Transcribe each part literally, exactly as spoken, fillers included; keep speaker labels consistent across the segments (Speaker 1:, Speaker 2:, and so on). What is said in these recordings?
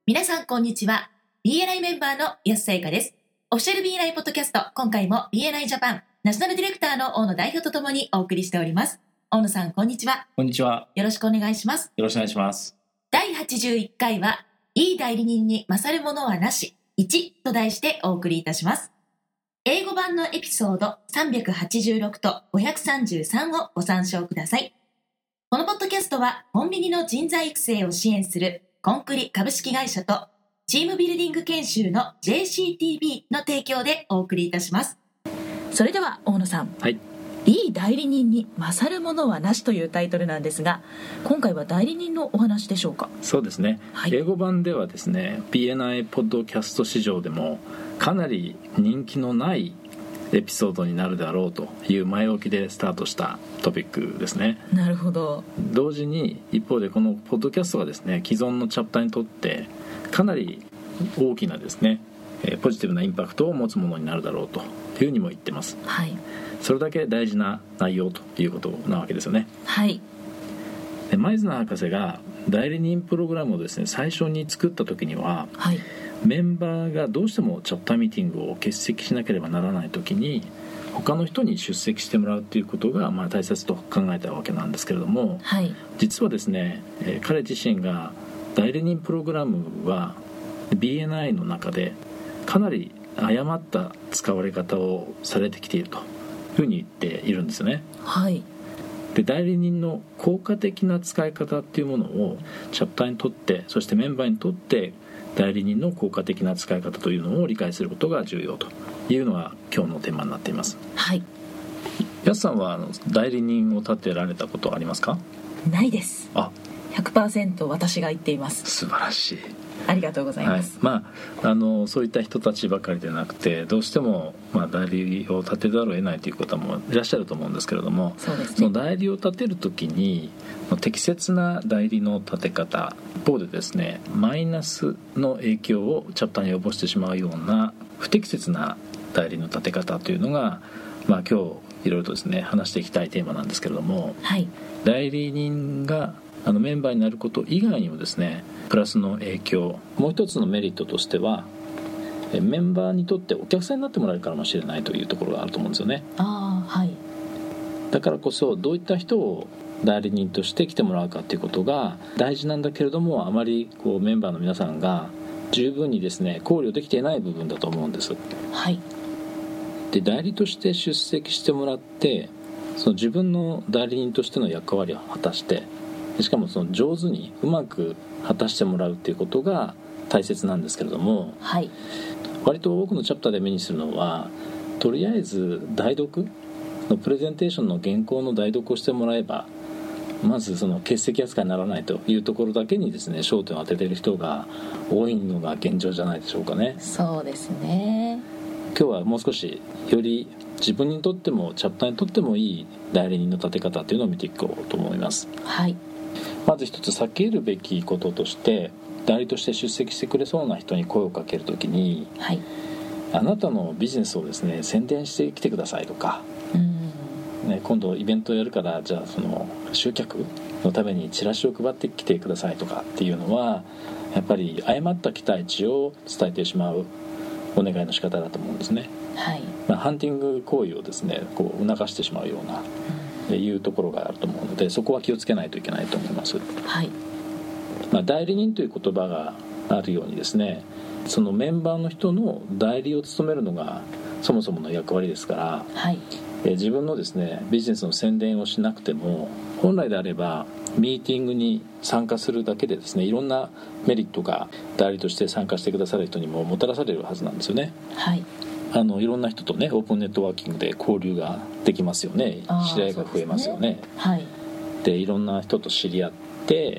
Speaker 1: 皆さんこんにちは。 ビーエヌアイ メンバーの安さゆかです。オフィシャル ビーエヌアイ ポッドキャスト、今回も ビーエヌアイ ジャパンナショナルディレクターの大野代表とともにお送りしております。大野さんこんにちは。
Speaker 2: こんにちは。
Speaker 1: よろしくお願いします。
Speaker 2: よろしくお願いします。
Speaker 1: だいはちじゅういっかいはいい代理人に勝るものはなしいちと題してお送りいたします。英語版のエピソードさんびゃくはちじゅうろくとごひゃくさんじゅうさんをご参照ください。このポッドキャストはコンビニの人材育成を支援するコンクリ株式会社とチームビルディング研修の ジェーシーティービー の提供でお送りいたします。それでは大野さん、
Speaker 2: はい、
Speaker 1: いい代理人に勝るものはなしというタイトルなんですが、今回は代理人のお話でしょうか？
Speaker 2: そうですね、はい、英語版ではですね ビーエヌアイ ポッドキャスト市場でもかなり人気のないエピソードになるだろうという前置きでスタートしたトピックですね。
Speaker 1: なるほど。
Speaker 2: 同時に一方でこのポッドキャストがですね既存のチャプターにとってかなり大きなですねポジティブなインパクトを持つものになるだろうというふうにも言ってます、
Speaker 1: はい、
Speaker 2: それだけ大事な内容ということなわけですよね。
Speaker 1: はい。
Speaker 2: でマイズナー博士が代理人プログラムをですね最初に作った時には、はい、メンバーがどうしてもチャプターミーティングを欠席しなければならない時に他の人に出席してもらうということがまあ大切と考えたわけなんですけれども、はい、実はですね、えー、彼自身が代理人プログラムは ビーエヌアイ の中でかなり誤った使われ方をされてきているというふうに言っているんですよね。
Speaker 1: はい。
Speaker 2: で代理人の効果的な使い方っていうものをチャプターにとってそしてメンバーにとって代理人の効果的な使い方というのを理解することが重要というのが今日のテーマになっています。
Speaker 1: はい。
Speaker 2: 安さんはあの代理人を立てられたことはありますか？
Speaker 1: ないです。
Speaker 2: あ、
Speaker 1: ひゃくパーセント 私が言っています。
Speaker 2: 素晴らしい。
Speaker 1: ありがとうございます、
Speaker 2: はい、まあ、あのそういった人たちばかりでなくてどうしても、まあ、代理を立てざるを得ないという方もいらっしゃると思うんですけれども、
Speaker 1: そうですね、
Speaker 2: その代理を立てるときに適切な代理の立て方一方でですねマイナスの影響をチャプターに及ぼしてしまうような不適切な代理の立て方というのが、まあ、今日いろいろとですね話していきたいテーマなんですけれども、はい、代理人があのメンバーになること以外にもですねプラスの影響もう一つのメリットとしてはメンバーにとってお客さんになってもらえるかもしれないというところがあると思うんですよね。
Speaker 1: あ、はい、
Speaker 2: だからこそどういった人を代理人として来てもらうかということが大事なんだけれどもあまりこうメンバーの皆さんが十分にですね考慮できていない部分だと思うんです。
Speaker 1: はい。
Speaker 2: で代理として出席してもらってその自分の代理人としての役割を果たしてしかもその上手にうまく果たしてもらうっていうことが大切なんですけれども、はい、割と多くのチャプターで目にするのはとりあえず代読のプレゼンテーションの原稿の代読をしてもらえばまずその欠席扱いにならないというところだけにですね焦点を当てている人が多いのが現状じゃないでしょうかね。
Speaker 1: そうですね。
Speaker 2: 今日はもう少しより自分にとってもチャプターにとってもいい代理人の立て方というのを見ていこうと思います。
Speaker 1: はい。
Speaker 2: まず一つ避けるべきこととして代理として出席してくれそうな人に声をかけるときに、はい、あなたのビジネスをですね宣伝してきてくださいとか、うんね、今度イベントをやるからじゃあその集客のためにチラシを配ってきてくださいとかっていうのはやっぱり誤った期待値を伝えてしまうお願いの仕方だと思うんですね。はい。まあ、ハンティング行為をですねこう促してしまうような、うん、いうところがあると思うのでそこは気をつけないといけないと思います。はい。まあ、代理人という言葉があるようにですねそのメンバーの人の代理を務めるのがそもそもの役割ですから、はい、え自分のですねビジネスの宣伝をしなくても本来であればミーティングに参加するだけでですねいろんなメリットが代理として参加してくださる人にももたらされるはずなんですよね。はい。あのいろんな人とねオープンネットワーキングで交流ができますよね。知り合いが増えますよね。はい。でいろんな人と知り合って、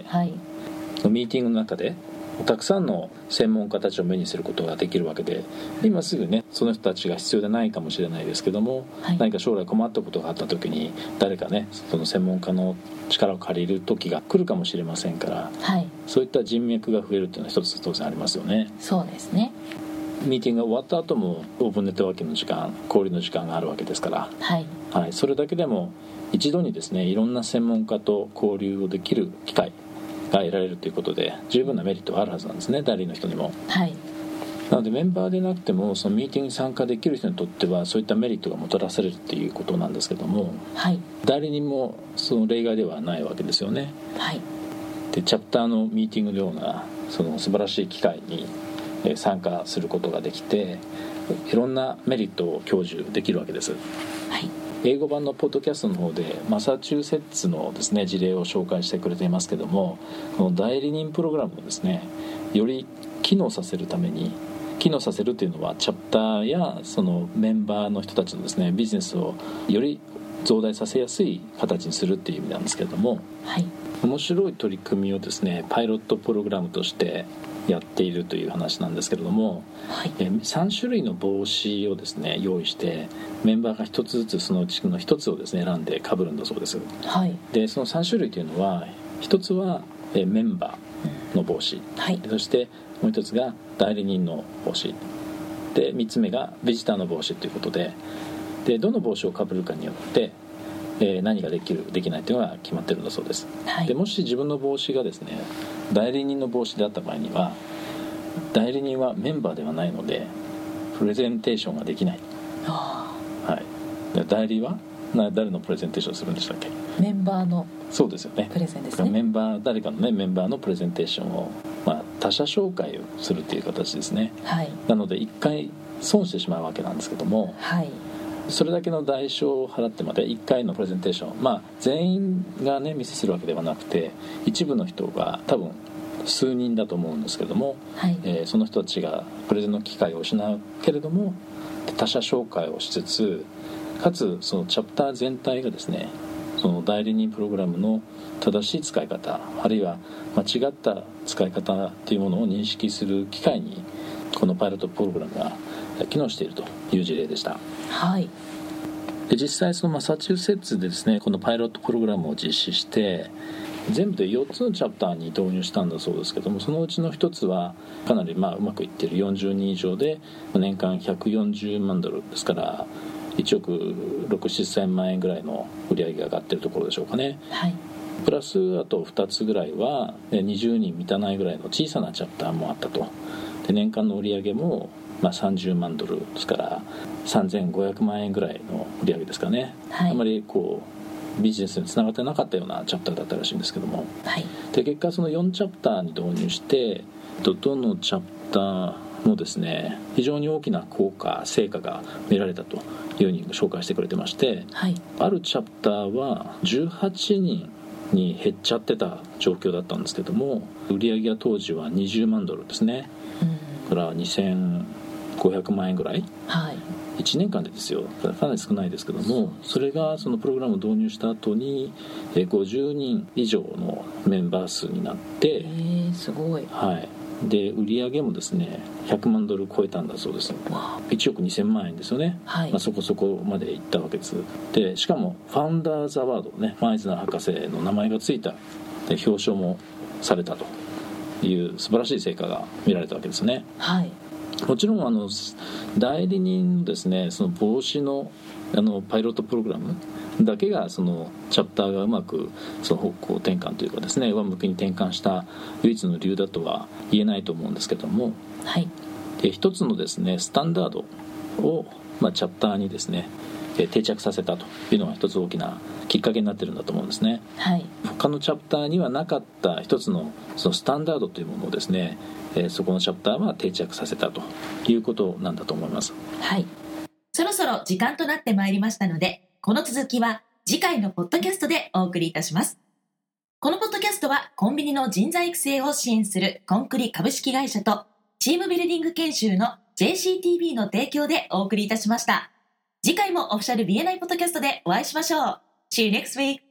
Speaker 2: はい、ミーティングの中でたくさんの専門家たちを目にすることができるわけで今すぐねその人たちが必要でないかもしれないですけども、はい、何か将来困ったことがあった時に誰かねその専門家の力を借りる時が来るかもしれませんから、はい、そういった人脈が増えるっていうのは一つ当然ありますよね。
Speaker 1: そうですね。
Speaker 2: ミーティングが終わった後もオープンネットワーキングの時間交流の時間があるわけですから、はいはい、それだけでも一度にですねいろんな専門家と交流をできる機会が得られるということで十分なメリットがあるはずなんですね、代理の人にも。
Speaker 1: はい。
Speaker 2: なのでメンバーでなくてもそのミーティングに参加できる人にとってはそういったメリットがもたらされるっていうことなんですけども、
Speaker 1: はい、
Speaker 2: 代理人もその例外ではないわけですよね。
Speaker 1: はい、
Speaker 2: でチャプターのミーティングのようなその素晴らしい機会に参加することができていろんなメリットを享受できるわけです。
Speaker 1: はい、
Speaker 2: 英語版のポッドキャストの方でマサチューセッツのですね事例を紹介してくれていますけども、この代理人プログラムをですねより機能させるために機能させるというのはチャプターやそのメンバーの人たちのですねビジネスをより増大させやすい形にするっていう意味なんですけれども、
Speaker 1: はい、
Speaker 2: 面白い取り組みをですねパイロットプログラムとしてやっているという話なんですけれども、はい、えさん種類の帽子をですね用意してメンバーがひとつずつそのうちのひとつをですね選んで被るんだそうです。
Speaker 1: はい、
Speaker 2: でそのさん種類というのはひとつはえメンバーの帽子、はい、そしてもう一つが代理人の帽子でみっつめがビジターの帽子ということで、でどの帽子をかぶるかによって、えー、何ができるできないというのが決まってるんだそうです。はい、でもし自分の帽子がですね代理人の帽子であった場合には代理人はメンバーではないのでプレゼンテーションができない。はい、で代理は誰のプレゼンテーションするんでしたっけ？
Speaker 1: メンバーの
Speaker 2: そうですよね。
Speaker 1: プレゼンですね。
Speaker 2: メンバー誰かのねメンバーのプレゼンテーションを、まあ、他者紹介をするっていう形ですね。はい、なので一回損してしまうわけなんですけども、はい、それだけの代償を払ってまでいっかいのプレゼンテーション、まあ全員がねミスするわけではなくて一部の人が多分数人だと思うんですけども、はい、えー、その人たちがプレゼンの機会を失うけれども他者紹介をしつつかつそのチャプター全体がですねその代理人プログラムの正しい使い方あるいは間違った使い方っていうものを認識する機会にこのパイロットプログラムが機能しているという事例でした。はい、で実際そのマサチューセッツでですねこのパイロットプログラムを実施して全部でよっつのチャプターに導入したんだそうですけども、そのうちのひとつはかなりまあうまくいっているよんじゅうにん以上で年間ひゃくよんじゅうまんドルですからいちおくろくじゅうななせんまん円ぐらいの売り上げが上がっているところでしょうかね。はい、プラスあとふたつぐらいはにじゅうにん満たないぐらいの小さなチャプターもあったと。で年間の売り上げもまあさんじゅうまんドルですからさんぜんごひゃくまん円ぐらいの売り上げですかね。はい、あまりこうビジネスにつながってなかったようなチャプターだったらしいんですけども、はい、で結果そのよんチャプターに導入してどのチャプターもですね非常に大きな効果成果が見られたというふうに紹介してくれてまして、はい、あるチャプターはじゅうはちにんに減っちゃってた状況だったんですけども売り上げは当時はにじゅうまんドルですね、うん、からにせんごひゃくまん円ぐらい、はい、いちねんかんでですよかなり少ないですけどもそれがそのプログラムを導入した後にごじゅうにん以上のメンバー数になって
Speaker 1: えー、すごい、
Speaker 2: はい、で売り上げもですねひゃくまんドル超えたんだそうです。いちおくにせんまん円ですよね、はい、まあ、そこそこまでいったわけです。でしかもファウンダーズアワードねマイズナー博士の名前がついたで表彰もされたという素晴らしい成果が見られたわけですね。はい、もちろんあの代理人のですねその帽子のあのパイロットプログラムだけがそのチャプターがうまくその方向転換というかですね上向きに転換した唯一の理由だとは言えないと思うんですけども、はい、で一つのですねスタンダードを、まあ、チャプターにですね定着させたというのが一つ大きなきっかけになってるんだと思うんですね。はい、他のチャプターにはなかった一つのそのスタンダードというものをですね、えー、そこのチャプターは定着させたということなんだと思います。
Speaker 1: はい、そろそろ時間となってまいりましたのでこの続きは次回のポッドキャストでお送りいたします。このポッドキャストはコンビニの人材育成を支援するコンクリ株式会社とチームビルディング研修の ジェーシーティービー の提供でお送りいたしました。次回もオフィシャル ビーエヌアイ ポッドキャストでお会いしましょう。See you next week!